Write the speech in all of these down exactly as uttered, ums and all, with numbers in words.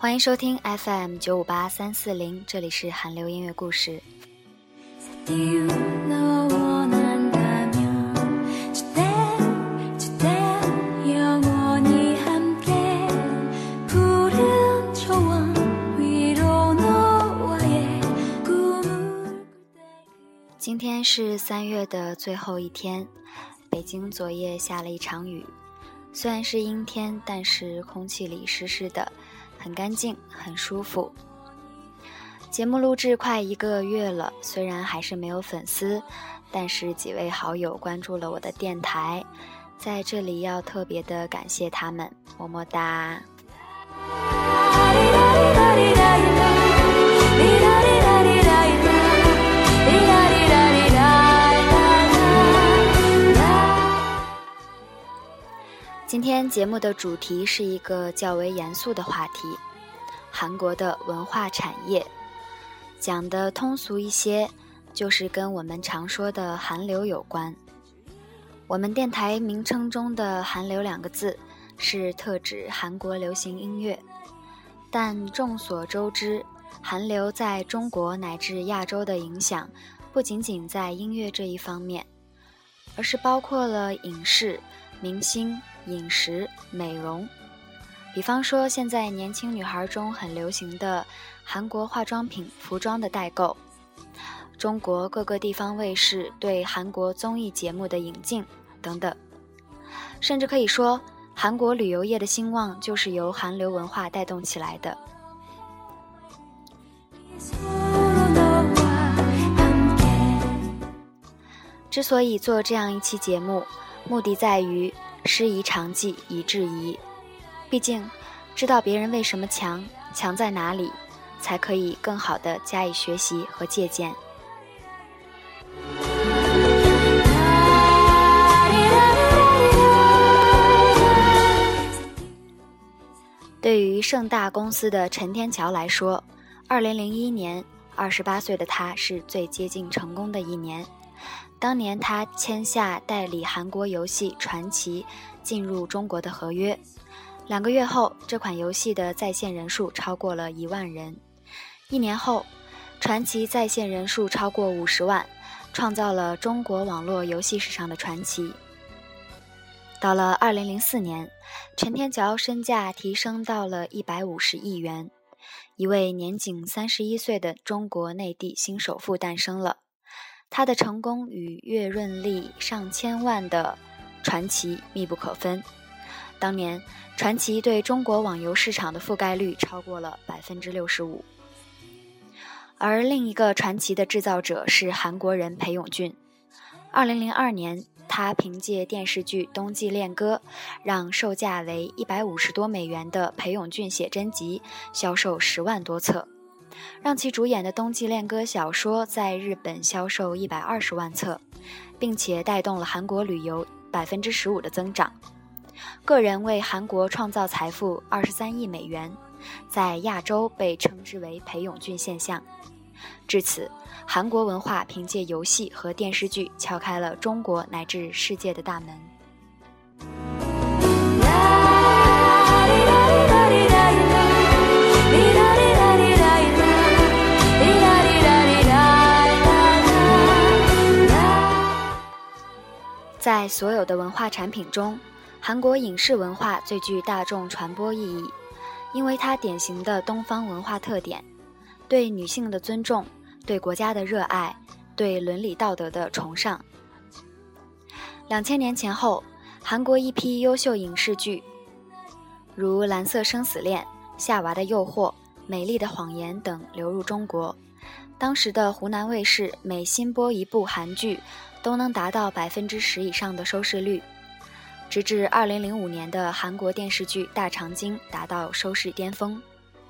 欢迎收听 F M 九五八三四零，这里是韩流音乐故事。今天是三月的最后一天，北京昨夜下了一场雨，虽然是阴天，但是空气里湿湿的，很干净，很舒服。节目录制快一个月了，虽然还是没有粉丝，但是几位好友关注了我的电台，在这里要特别的感谢他们，么么哒。今天节目的主题是一个较为严肃的话题，韩国的文化产业。讲的通俗一些，就是跟我们常说的韩流有关。我们电台名称中的韩流两个字是特指韩国流行音乐，但众所周知，韩流在中国乃至亚洲的影响不仅仅在音乐这一方面，而是包括了影视、明星、饮食、美容。比方说现在年轻女孩中很流行的韩国化妆品、服装的代购，中国各个地方卫视对韩国综艺节目的引进等等，甚至可以说韩国旅游业的兴旺就是由韩流文化带动起来的。之所以做这样一期节目，目的在于师夷长技以制夷，毕竟知道别人为什么强，强在哪里，才可以更好地加以学习和借鉴。对于盛大公司的陈天桥来说，二零零一年二十八岁的他是最接近成功的一年。当年他签下代理韩国游戏传奇进入中国的合约，两个月后这款游戏的在线人数超过了一万人，一年后传奇在线人数超过五十万，创造了中国网络游戏史上的传奇。到了二零零四年，陈天桥身价提升到了一百五十亿元，一位年仅三十一岁的中国内地新首富诞生了。他的成功与月润利上千万的传奇密不可分。当年传奇对中国网游市场的覆盖率超过了 百分之六十五。 而另一个传奇的制造者是韩国人裴勇俊。二零零二年，他凭借电视剧《冬季恋歌》让售价为一百五十多美元的裴勇俊写真集销售十万多册，让其主演的《冬季恋歌》小说在日本销售一百二十万册，并且带动了韩国旅游 百分之十五 的增长。个人为韩国创造财富二十三亿美元，在亚洲被称之为裴勇俊现象。至此，韩国文化凭借游戏和电视剧敲开了中国乃至世界的大门。在所有的文化产品中，韩国影视文化最具大众传播意义，因为它典型的东方文化特点，对女性的尊重，对国家的热爱，对伦理道德的崇尚。两千年前后，韩国一批优秀影视剧，如《蓝色生死恋》、《夏娃的诱惑》、《美丽的谎言》等流入中国。当时的湖南卫视每新播一部韩剧，都能达到 百分之十 以上的收视率。直至二零零五年的韩国电视剧《大长今》达到收视巅峰。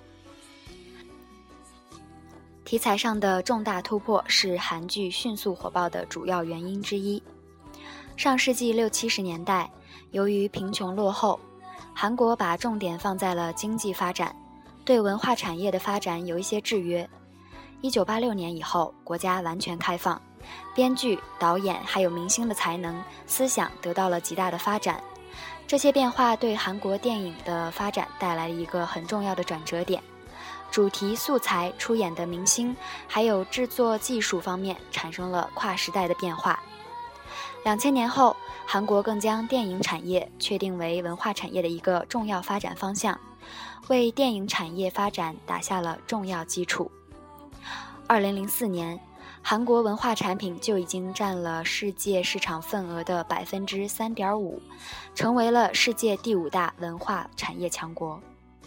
题材上的重大突破是韩剧迅速火爆的主要原因之一。上世纪六七十年代，由于贫穷落后，韩国把重点放在了经济发展，对文化产业的发展有一些制约。一九八六年以后，国家完全开放，编剧、导演还有明星的才能、思想得到了极大的发展， 这些变化对韩国电影的发展带来了一个很重要的转折点，主题、素材、出演的明星，还有制作技术方面产生了跨时代的变化。两千年后，韩国更将电影产业确定为文化产业的一个重要发展方向，为电影产业发展打下了重要基础。二零零四年，韩国文化产品就已经占了世界市场份额的 百分之三点五， 成为了世界第五大文化产业强国。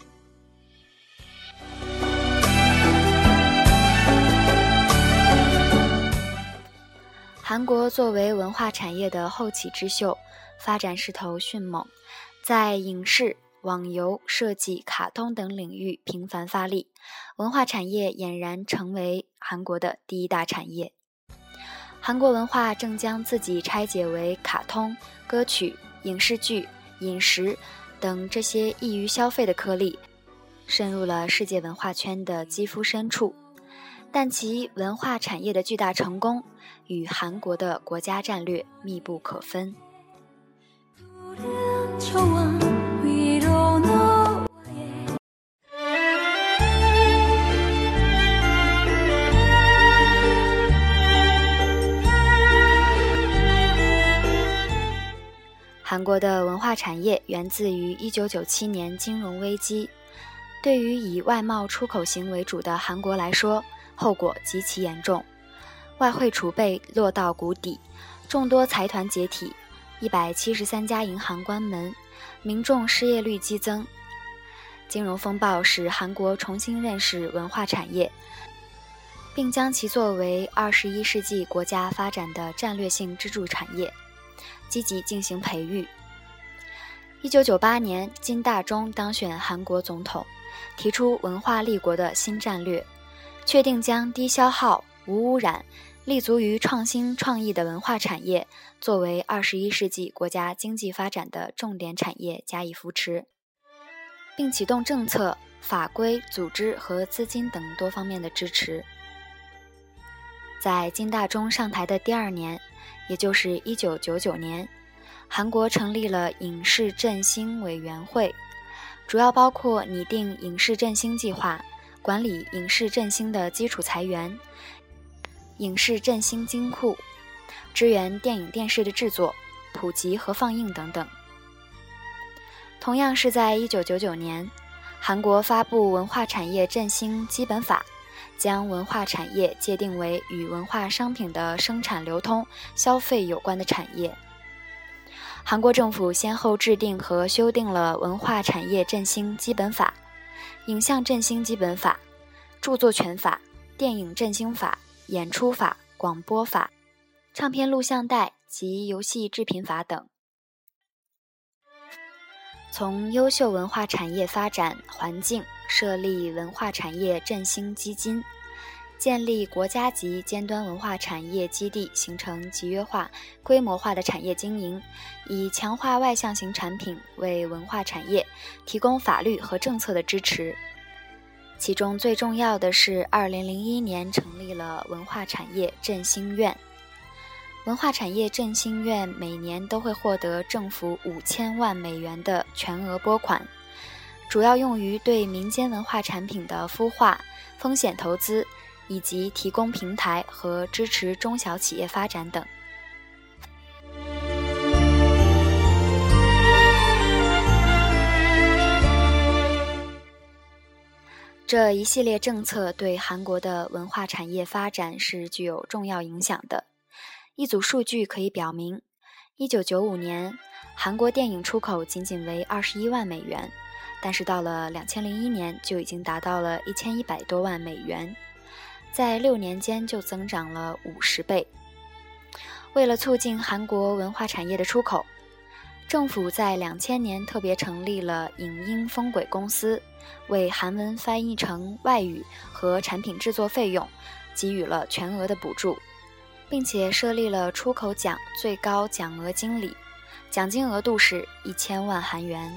韩国作为文化产业的后起之秀，发展势头迅猛，在影视、网游、设计、卡通等领域频繁发力，文化产业俨然成为韩国的第一大产业。韩国文化正将自己拆解为卡通、歌曲、影视剧、饮食等这些易于消费的颗粒，渗入了世界文化圈的肌肤深处。但其文化产业的巨大成功与韩国的国家战略密不可分。韩国的文化产业源自于一九九七年金融危机，对于以外贸出口型为主的韩国来说，后果极其严重，外汇储备落到谷底，众多财团解体，一百七十三家银行关门，民众失业率激增。金融风暴使韩国重新认识文化产业，并将其作为二十一世纪国家发展的战略性支柱产业，积极进行培育。一九九八年，金大中当选韩国总统，提出文化立国的新战略，确定将低消耗、无污染、立足于创新创意的文化产业作为二十一世纪国家经济发展的重点产业加以扶持，并启动政策、法规、组织和资金等多方面的支持。在金大中上台的第二年，也就是一九九九年，韩国成立了影视振兴委员会，主要包括拟定影视振兴计划，管理影视振兴的基础财源、影视振兴金库，支援电影电视的制作、普及和放映等等。同样是在一九九九年，韩国发布文化产业振兴基本法，将文化产业界定为与文化商品的生产流通、消费有关的产业。韩国政府先后制定和修订了文化产业振兴基本法、影像振兴基本法、著作权法、电影振兴法、演出法、广播法、唱片录像带及游戏制品法等。从优秀文化产业发展环境设立文化产业振兴基金，建立国家级尖端文化产业基地，形成集约化、规模化的产业经营，以强化外向型产品为文化产业提供法律和政策的支持。其中最重要的是二零零一年成立了文化产业振兴院。文化产业振兴院每年都会获得政府五千万美元的全额拨款，主要用于对民间文化产品的孵化、风险投资，以及提供平台和支持中小企业发展等。这一系列政策对韩国的文化产业发展是具有重要影响的。一组数据可以表明，一九九五年，韩国电影出口仅仅为二十一万美元，但是到了两千零一年就已经达到了一千一百多万美元，在六年间就增长了五十倍。为了促进韩国文化产业的出口，政府在两千年特别成立了影音风轨公司，为韩文翻译成外语和产品制作费用给予了全额的补助，并且设立了出口奖最高奖额经理，奖金额度是一千万韩元。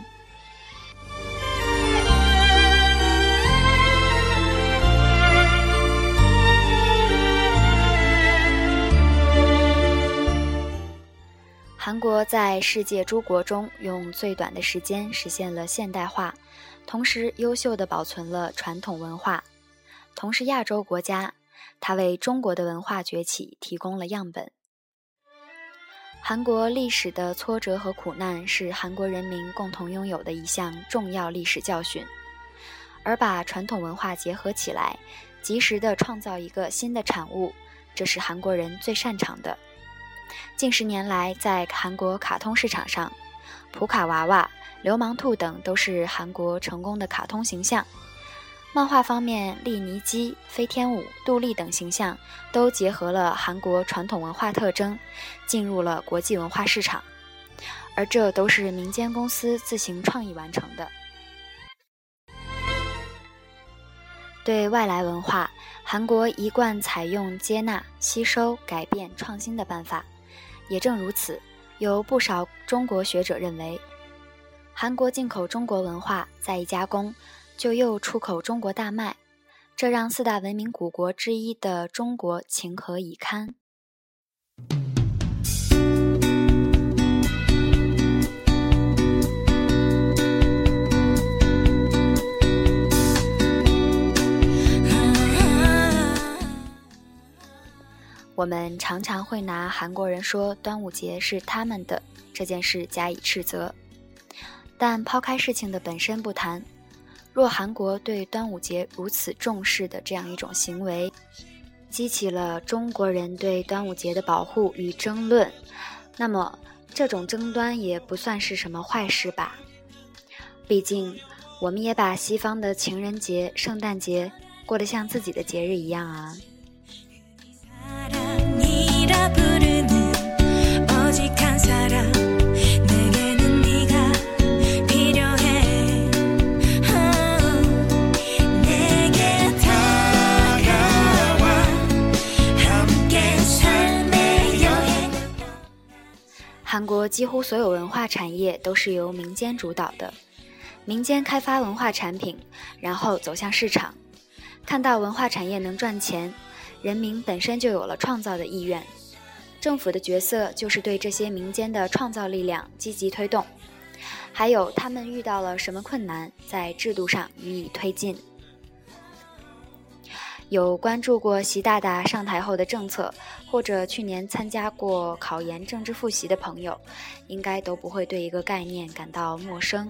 韩国在世界诸国中用最短的时间实现了现代化，同时优秀地保存了传统文化。同是亚洲国家，它为中国的文化崛起提供了样本。韩国历史的挫折和苦难是韩国人民共同拥有的一项重要历史教训，而把传统文化结合起来，及时地创造一个新的产物，这是韩国人最擅长的。近十年来，在韩国卡通市场上，普卡娃娃、流氓兔等都是韩国成功的卡通形象。漫画方面，利尼基、飞天舞、杜丽等形象都结合了韩国传统文化特征，进入了国际文化市场，而这都是民间公司自行创意完成的。对外来文化，韩国一贯采用接纳、吸收、改变、创新的办法。也正如此，有不少中国学者认为，韩国进口中国文化再一加工，就又出口中国大卖，这让四大文明古国之一的中国情何以堪？我们常常会拿韩国人说端午节是他们的这件事加以斥责，但抛开事情的本身不谈，若韩国对端午节如此重视的这样一种行为，激起了中国人对端午节的保护与争论，那么这种争端也不算是什么坏事吧。毕竟我们也把西方的情人节、圣诞节过得像自己的节日一样啊。韩国几乎所有文化产业都是由民间主导的，民间开发文化产品，然后走向市场。看到文化产业能赚钱，人民本身就有了创造的意愿，政府的角色就是对这些民间的创造力量积极推动，还有他们遇到了什么困难，在制度上予以推进。有关注过习大大上台后的政策，或者去年参加过考研政治复习的朋友，应该都不会对一个概念感到陌生。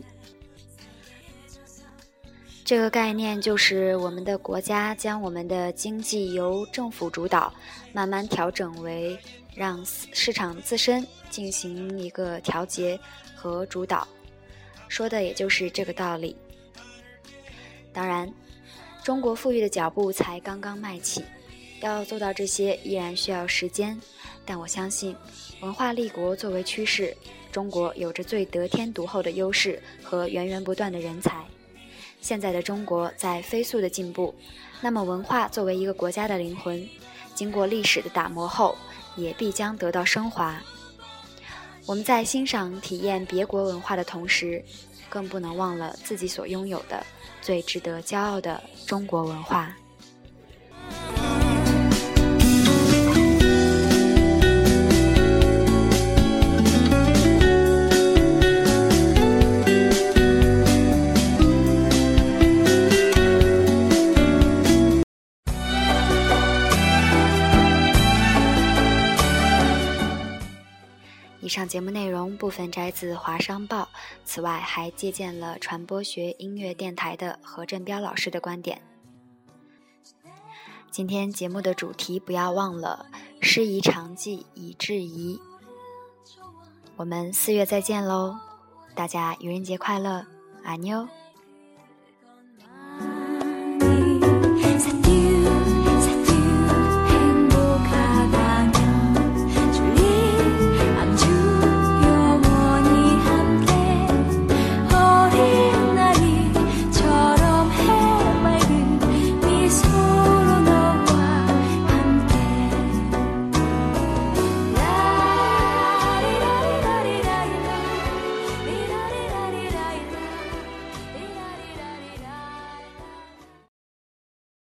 这个概念就是我们的国家将我们的经济由政府主导，慢慢调整为让市场自身进行一个调节和主导，说的也就是这个道理。当然，中国富裕的脚步才刚刚迈起，要做到这些依然需要时间，但我相信文化立国作为趋势，中国有着最得天独厚的优势和源源不断的人才。现在的中国在飞速的进步，那么文化作为一个国家的灵魂，经过历史的打磨后，也必将得到升华。我们在欣赏体验别国文化的同时，更不能忘了自己所拥有的最值得骄傲的中国文化。以上节目内容部分摘自《华商报》，此外还借鉴了传播学音乐电台的何振彪老师的观点。今天节目的主题不要忘了，师夷长技以制夷。我们四月再见喽，大家愚人节快乐，阿妞。